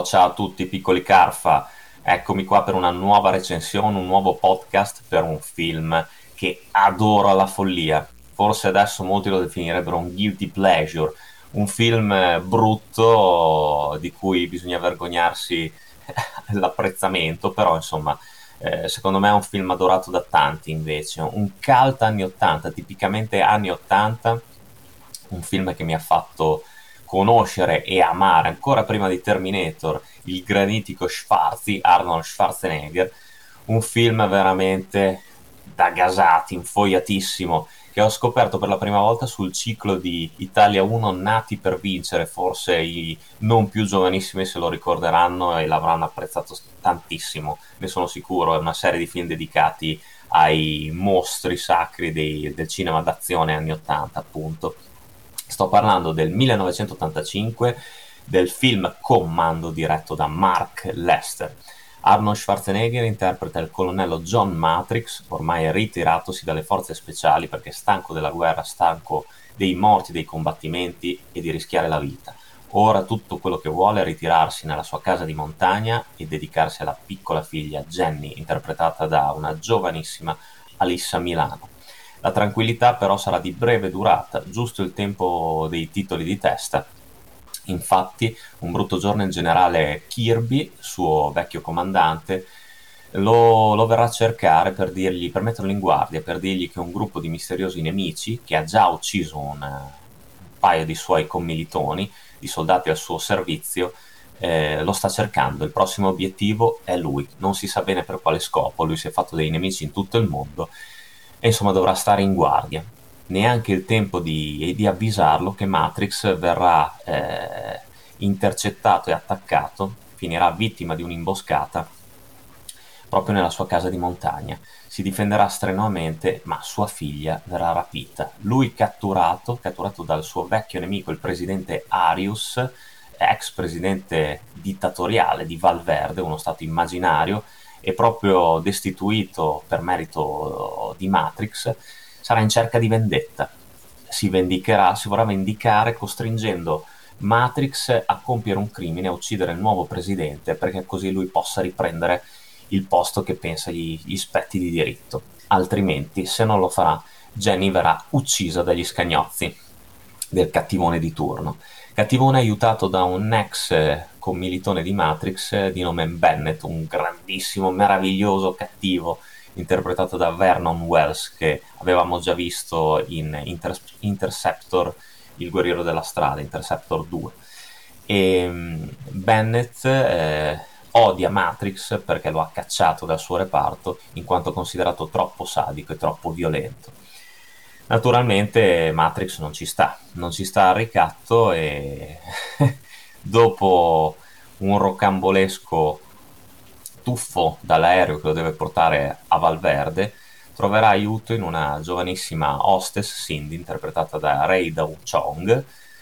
Ciao a tutti, piccoli Carfa. Eccomi qua per una nuova recensione, un nuovo podcast per un film che adoro alla follia. Forse adesso molti lo definirebbero un guilty pleasure, un film brutto di cui bisogna vergognarsi l'apprezzamento, però insomma, secondo me è un film adorato da tanti invece, un cult anni 80, tipicamente anni 80, un film che mi ha fatto conoscere e amare ancora prima di Terminator il granitico Arnold Schwarzenegger, un film veramente da gasati, infoiatissimo, che ho scoperto per la prima volta sul ciclo di Italia 1 Nati per vincere, forse i non più giovanissimi se lo ricorderanno e l'avranno apprezzato tantissimo, ne sono sicuro. È una serie di film dedicati ai mostri sacri del cinema d'azione anni 80, appunto. Sto parlando del 1985, del film Commando diretto da Mark Lester. Arnold Schwarzenegger interpreta il colonnello John Matrix, ormai ritiratosi dalle forze speciali perché stanco della guerra, stanco dei morti, dei combattimenti e di rischiare la vita. Ora tutto quello che vuole è ritirarsi nella sua casa di montagna e dedicarsi alla piccola figlia Jenny, interpretata da una giovanissima Alissa Milano. La tranquillità però sarà di breve durata, giusto il tempo dei titoli di testa. Infatti, un brutto giorno il generale Kirby, suo vecchio comandante, lo verrà a cercare per metterlo in guardia, per dirgli che un gruppo di misteriosi nemici, che ha già ucciso un paio di suoi commilitoni, di soldati al suo servizio, lo sta cercando. Il prossimo obiettivo è lui, non si sa bene per quale scopo, lui si è fatto dei nemici in tutto il mondo e insomma dovrà stare in guardia. Neanche il tempo di avvisarlo che Matrix verrà intercettato e attaccato, finirà vittima di un'imboscata proprio nella sua casa di montagna. Si difenderà strenuamente, ma sua figlia verrà rapita. Lui catturato dal suo vecchio nemico, il presidente Arius, ex presidente dittatoriale di Valverde, uno stato immaginario, e proprio destituito per merito di Matrix, sarà in cerca di vendetta. Si vendicherà, si vorrà vendicare costringendo Matrix a compiere un crimine, a uccidere il nuovo presidente, perché così lui possa riprendere il posto che pensa gli spetti di diritto. Altrimenti, se non lo farà, Jenny verrà uccisa dagli scagnozzi del cattivone di turno. Cattivone aiutato da un ex commilitone di Matrix di nome Bennett, un grandissimo, meraviglioso cattivo interpretato da Vernon Wells, che avevamo già visto in Interceptor, il guerriero della strada, Interceptor 2. E Bennett odia Matrix perché lo ha cacciato dal suo reparto in quanto considerato troppo sadico e troppo violento. Naturalmente Matrix non ci sta al ricatto e dopo un rocambolesco tuffo dall'aereo che lo deve portare a Valverde, troverà aiuto in una giovanissima hostess Cindy, interpretata da Ray Dao Chong,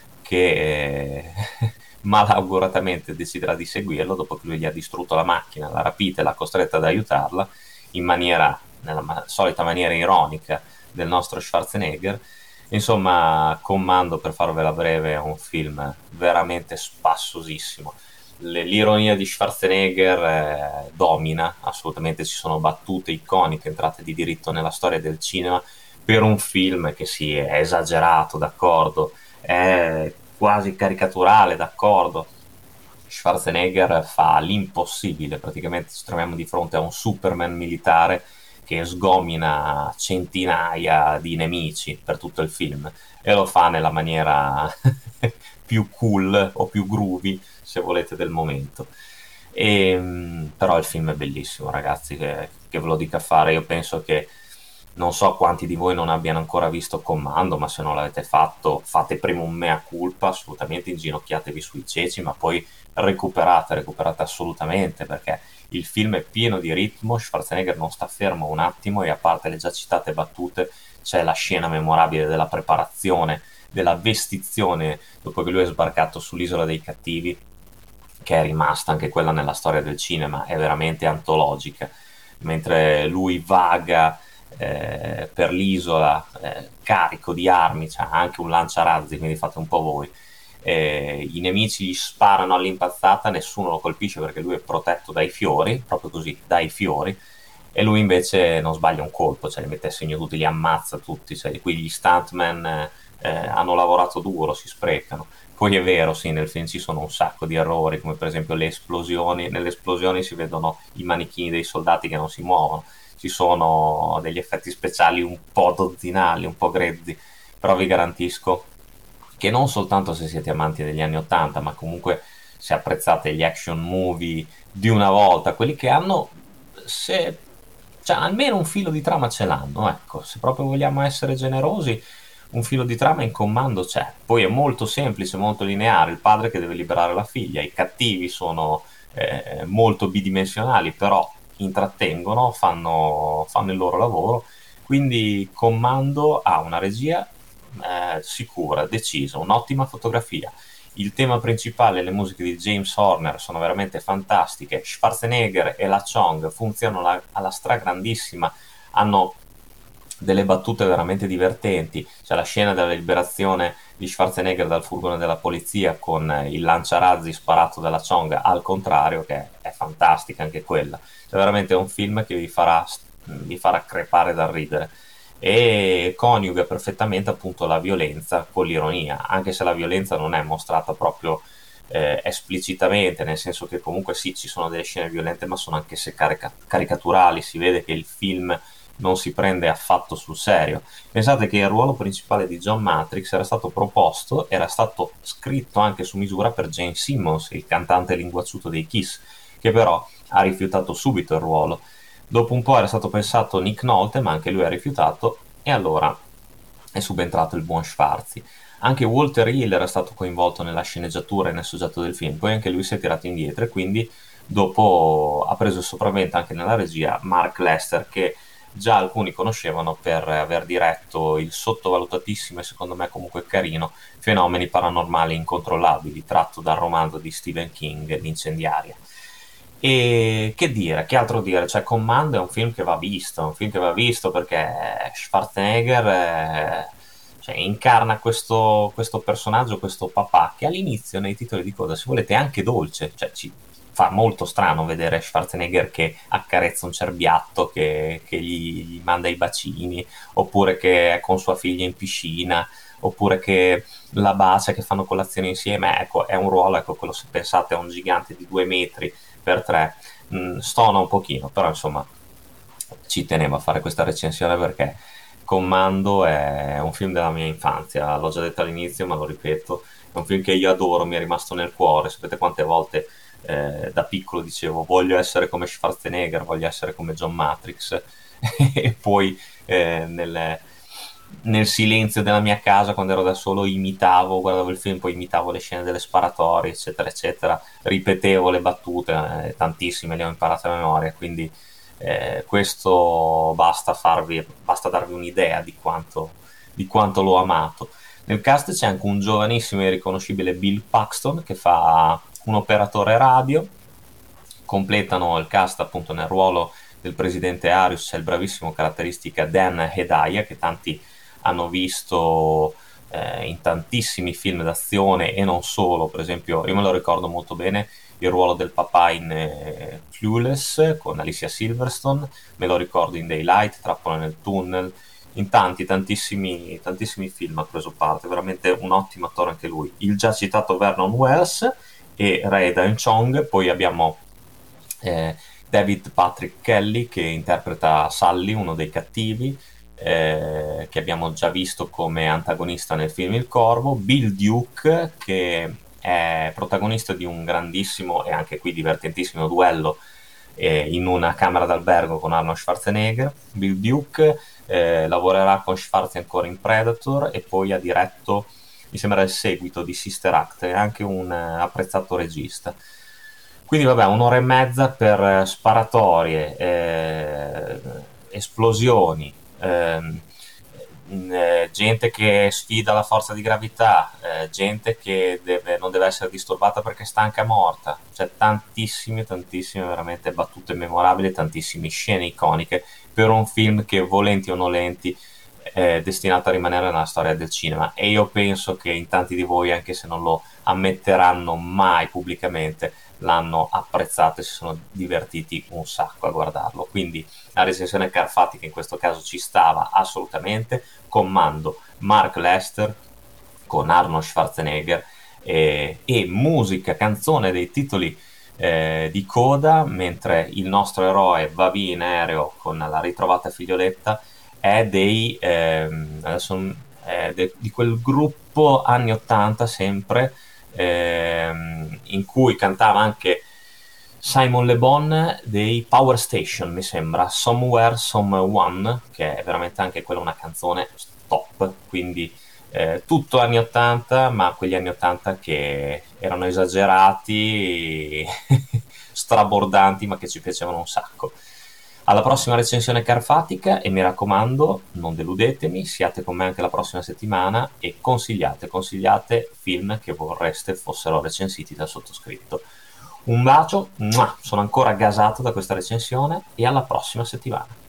che malauguratamente deciderà di seguirlo dopo che lui gli ha distrutto la macchina, l'ha rapita e l'ha costretta ad aiutarla in maniera, nella solita maniera ironica del nostro Schwarzenegger. Insomma, Commando, per farvela breve, è un film veramente spassosissimo. L'ironia di Schwarzenegger domina, assolutamente ci sono battute iconiche, entrate di diritto nella storia del cinema per un film che sì, è esagerato, d'accordo, è quasi caricaturale, d'accordo. Schwarzenegger fa l'impossibile, praticamente ci troviamo di fronte a un Superman militare che sgomina centinaia di nemici per tutto il film e lo fa nella maniera più cool o più groovy, se volete, del momento. Però il film è bellissimo, ragazzi, che ve lo dica a fare. Io penso che non so quanti di voi non abbiano ancora visto Commando, ma se non l'avete fatto, fate prima un mea culpa, assolutamente inginocchiatevi sui ceci, ma poi recuperate assolutamente, perché il film è pieno di ritmo, Schwarzenegger non sta fermo un attimo e a parte le già citate battute c'è la scena memorabile della preparazione, della vestizione dopo che lui è sbarcato sull'isola dei cattivi, che è rimasta anche quella nella storia del cinema, è veramente antologica, mentre lui vaga per l'isola carico di armi, c'ha anche un lanciarazzi, quindi fate un po' voi, i nemici gli sparano all'impazzata, nessuno lo colpisce perché lui è protetto dai fiori, proprio così, dai fiori, e lui invece non sbaglia un colpo, cioè li mette a segno tutti, li ammazza tutti, cioè, qui gli stuntman hanno lavorato duro, si sprecano. Poi è vero, sì, nel film ci sono un sacco di errori, come per esempio le esplosioni, nelle esplosioni si vedono i manichini dei soldati che non si muovono, ci sono degli effetti speciali un po' dozzinali, un po' grezzi, però vi garantisco che non soltanto se siete amanti degli anni 80, ma comunque se apprezzate gli action movie di una volta, quelli che hanno, se, cioè, almeno un filo di trama ce l'hanno, ecco, se proprio vogliamo essere generosi, un filo di trama in Commando c'è. Poi è molto semplice, molto lineare, il padre che deve liberare la figlia, i cattivi sono molto bidimensionali, però intrattengono, fanno il loro lavoro, quindi Commando ha una regia sicura, decisa, un'ottima fotografia. Il tema principale e le musiche di James Horner sono veramente fantastiche. Schwarzenegger e la Chong funzionano alla stragrandissima, hanno delle battute veramente divertenti. C'è la scena della liberazione di Schwarzenegger dal furgone della polizia con il lanciarazzi sparato dalla Chong al contrario, che è fantastica anche quella. Cioè, veramente è un film che vi farà crepare dal ridere e coniuga perfettamente appunto la violenza con l'ironia, anche se la violenza non è mostrata proprio esplicitamente, nel senso che comunque sì, ci sono delle scene violente, ma sono anche se caricaturali, si vede che il film non si prende affatto sul serio. Pensate che il ruolo principale di John Matrix era stato proposto, era stato scritto anche su misura per Gene Simmons, il cantante linguacciuto dei Kiss, che però ha rifiutato subito il ruolo. Dopo un po' era stato pensato Nick Nolte, ma anche lui ha rifiutato, e allora è subentrato il buon Schwarzi. Anche Walter Hill era stato coinvolto nella sceneggiatura e nel soggetto del film, poi anche lui si è tirato indietro e quindi dopo ha preso il sopravvento anche nella regia Mark Lester, che già alcuni conoscevano per aver diretto il sottovalutatissimo e secondo me comunque carino Fenomeni paranormali incontrollabili, tratto dal romanzo di Stephen King, L'incendiaria. E che dire, che altro dire? Cioè, Commando è un film che va visto, è un film che va visto perché Schwarzenegger cioè, incarna questo personaggio, questo papà, che all'inizio nei titoli di coda, se volete, è anche dolce, cioè ci fa molto strano vedere Schwarzenegger che accarezza un cerbiatto, che gli manda i bacini, oppure che è con sua figlia in piscina, oppure che la bacia, che fanno colazione insieme. Ecco, è un ruolo, ecco, quello se pensate a un gigante di 2 metri per 3, stona un pochino, però insomma ci tenevo a fare questa recensione perché Commando è un film della mia infanzia, l'ho già detto all'inizio ma lo ripeto, è un film che io adoro, mi è rimasto nel cuore. Sapete quante volte da piccolo dicevo voglio essere come Schwarzenegger, voglio essere come John Matrix e poi nel silenzio della mia casa quando ero da solo imitavo, guardavo il film, poi imitavo le scene delle sparatorie eccetera eccetera, ripetevo le battute, tantissime le ho imparate a memoria, quindi questo basta darvi un'idea di quanto l'ho amato. Nel cast c'è anche un giovanissimo e riconoscibile Bill Paxton che fa un operatore radio. Completano il cast appunto nel ruolo del presidente Arius c'è il bravissimo caratteristica Dan Hedaya, che tanti hanno visto in tantissimi film d'azione e non solo. Per esempio io me lo ricordo molto bene il ruolo del papà in Clueless con Alicia Silverstone, me lo ricordo in Daylight, Trappola nel tunnel, in tantissimi film ha preso parte, veramente un ottimo attore anche lui. Il già citato Vernon Wells e Rae Dan-Chong, poi abbiamo David Patrick Kelly che interpreta Sully, uno dei cattivi, che abbiamo già visto come antagonista nel film Il Corvo, Bill Duke che è protagonista di un grandissimo e anche qui divertentissimo duello in una camera d'albergo con Arnold Schwarzenegger. Bill Duke lavorerà con Schwarz ancora in Predator e poi ha diretto, mi sembra, il seguito di Sister Act, è anche un apprezzato regista. Quindi vabbè, un'ora e mezza per sparatorie, esplosioni, gente che sfida la forza di gravità, gente che non deve essere disturbata perché è stanca morta, cioè tantissime veramente battute memorabili, tantissime scene iconiche per un film che volenti o nolenti destinata a rimanere nella storia del cinema, e io penso che in tanti di voi, anche se non lo ammetteranno mai pubblicamente, l'hanno apprezzato e si sono divertiti un sacco a guardarlo. Quindi la recensione Carfatica in questo caso ci stava assolutamente, comando Mark Lester con Arnold Schwarzenegger, e musica, canzone dei titoli di coda, mentre il nostro eroe va via in aereo con la ritrovata figlioletta, è di quel gruppo anni 80 sempre, in cui cantava anche Simon Le Bon, dei Power Station, mi sembra, Somewhere Someone, che è veramente anche quella una canzone top. Quindi tutto anni 80, ma quegli anni 80 che erano esagerati, strabordanti, ma che ci piacevano un sacco. Alla prossima recensione Carfatica, e mi raccomando, non deludetemi, siate con me anche la prossima settimana e consigliate film che vorreste fossero recensiti dal sottoscritto. Un bacio, sono ancora gasato da questa recensione, e alla prossima settimana.